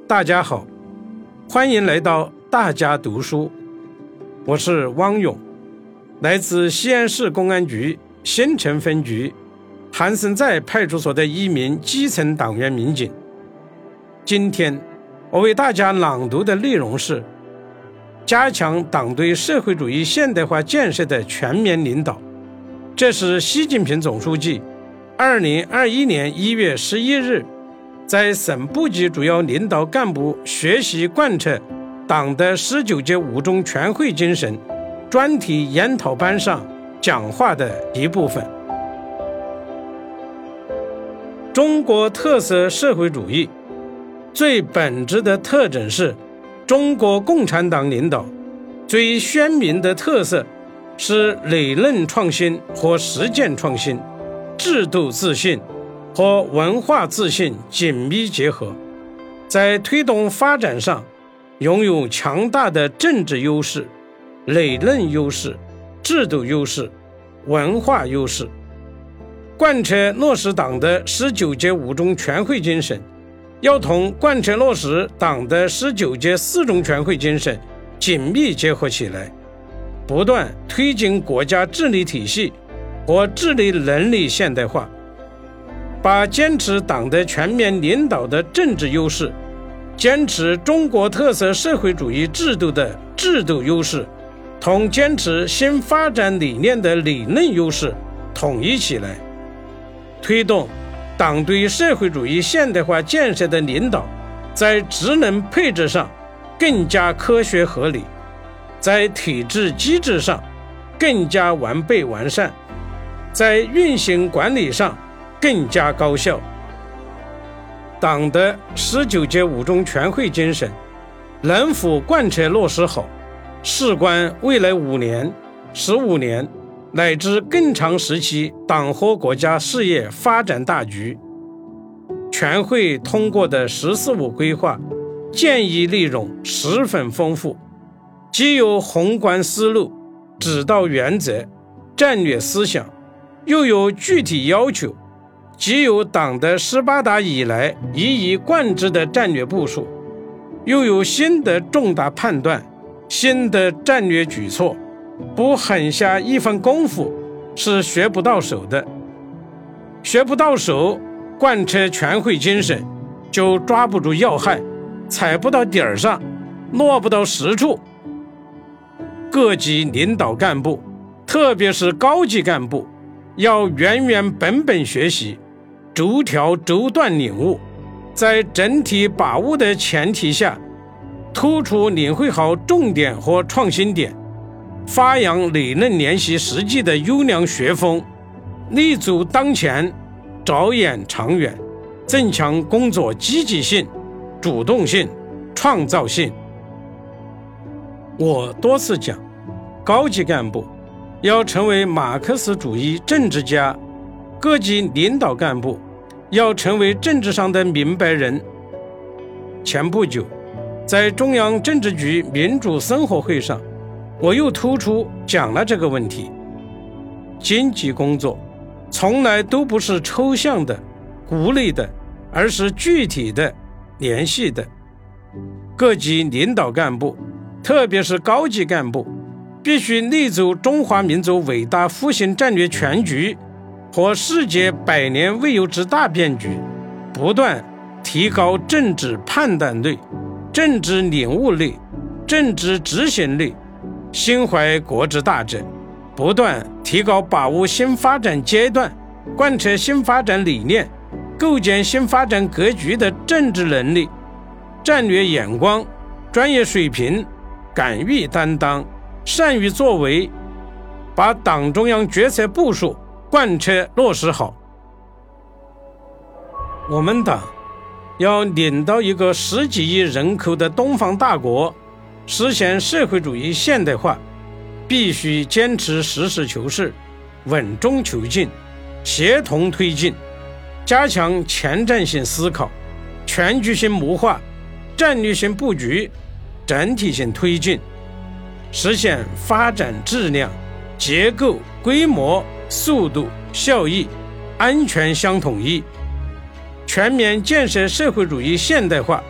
大家好，欢迎来到大家读书，我是汪勇，来自西安市公安局新城分局韩森寨派出所的一名基层党员民警。今天我为大家朗读的内容是加强党对社会主义现代化建设的全面领导。这是习近平总书记2021年1月11日在省部级主要领导干部学习贯彻党的19届五中全会精神专题研讨班上讲话的一部分。中国特色社会主义最本质的特征是中国共产党领导，最鲜明的特色是理论创新和实践创新，制度自信和文化自信紧密结合，在推动发展上拥有强大的政治优势、理论优势、制度优势、文化优势。贯彻落实党的19届五中全会精神，要同贯彻落实党的19届四中全会精神紧密结合起来，不断推进国家治理体系和治理能力现代化，把坚持党的全面领导的政治优势，坚持中国特色社会主义制度的制度优势，同坚持新发展理念的理论优势统一起来，推动党对社会主义现代化建设的领导在职能配置上更加科学合理，在体制机制上更加完备完善，在运行管理上更加高效。党的19届五中全会精神能否贯彻落实好，事关未来5年、15年乃至更长时期党和国家事业发展大局。全会通过的“十四五”规划建议内容十分丰富，既有宏观思路、指导原则、战略思想，又有具体要求，既有党的18大以来一以贯之的战略部署，又有新的重大判断、新的战略举措，不狠下一番功夫是学不到手的。学不到手，贯彻全会精神就抓不住要害，踩不到点儿上，落不到实处。各级领导干部，特别是高级干部，要原原本本学习，逐条逐段领悟，在整体把握的前提下，突出领会好重点和创新点，发扬理论联系实际的优良学风，立足当前，着眼长远，增强工作积极性、主动性、创造性。我多次讲，高级干部要成为马克思主义政治家，各级领导干部要成为政治上的明白人。前不久，在中央政治局民主生活会上，我又突出讲了这个问题。经济工作从来都不是抽象的、孤立的，而是具体的、联系的。各级领导干部，特别是高级干部，必须立足中华民族伟大复兴战略全局和世界100年未有之大变局，不断提高政治判断力、政治领悟力、政治执行力，心怀国之大者，不断提高把握新发展阶段、贯彻新发展理念、构建新发展格局的政治能力、战略眼光、专业水平、敢于担当、善于作为，把党中央决策部署贯彻落实好。我们党要领导一个10几亿人口的东方大国实现社会主义现代化，必须坚持实事求是、稳中求进、协同推进，加强前瞻性思考、全局性谋划、战略性布局、整体性推进，实现发展质量、结构、规模、速度、效益、安全相统一，全面建设社会主义现代化，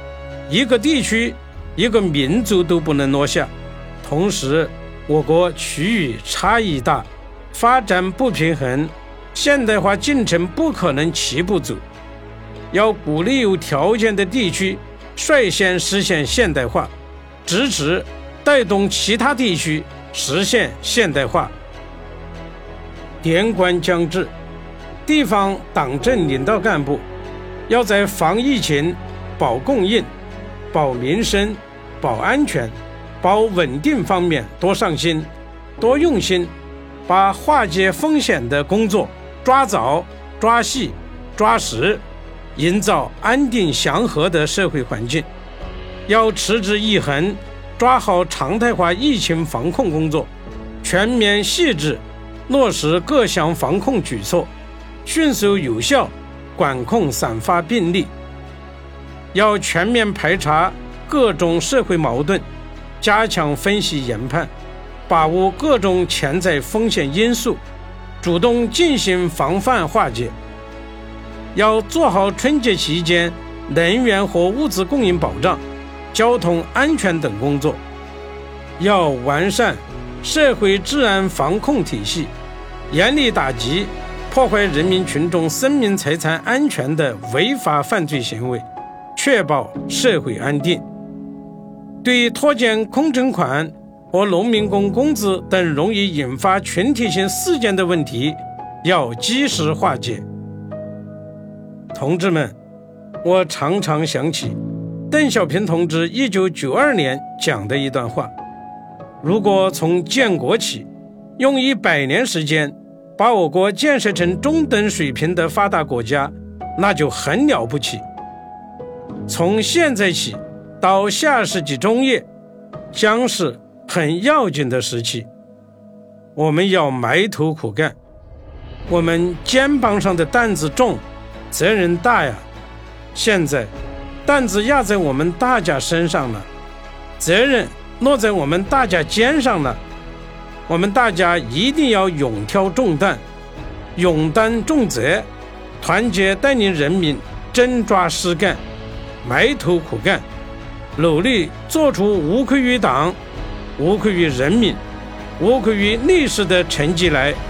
一个地区、一个民族都不能落下。同时，我国区域差异大，发展不平衡，现代化进程不可能齐步走。要鼓励有条件的地区率先实现现代化，支持带动其他地区实现现代化。年关将至，地方党政领导干部要在防疫情、保供应、保民生、保安全、保稳定方面多上心、多用心，把化解风险的工作抓早、抓细、抓实，营造安定祥和的社会环境。要持之以恒，抓好常态化疫情防控工作，全面细致落实各项防控举措，迅速有效管控散发病例。要全面排查各种社会矛盾，加强分析研判，把握各种潜在风险因素，主动进行防范化解。要做好春节期间能源和物资供应保障、交通安全等工作。要完善社会治安防控体系，严厉打击破坏人民群众生命财产安全的违法犯罪行为，确保社会安定。对拖欠工程款和农民工工资等容易引发群体性事件的问题，要及时化解。同志们，我常常想起邓小平同志1992年讲的一段话：如果从建国起用100年时间把我国建设成中等水平的发达国家，那就很了不起。从现在起到下世纪中叶，将是很要紧的时期。我们要埋头苦干，我们肩膀上的担子重，责任大呀。现在担子压在我们大家身上了，责任落在我们大家肩上了。我们大家一定要勇挑重担，勇担重责，团结带领人民真抓实干，埋头苦干，努力做出无愧于党、无愧于人民、无愧于历史的成绩来。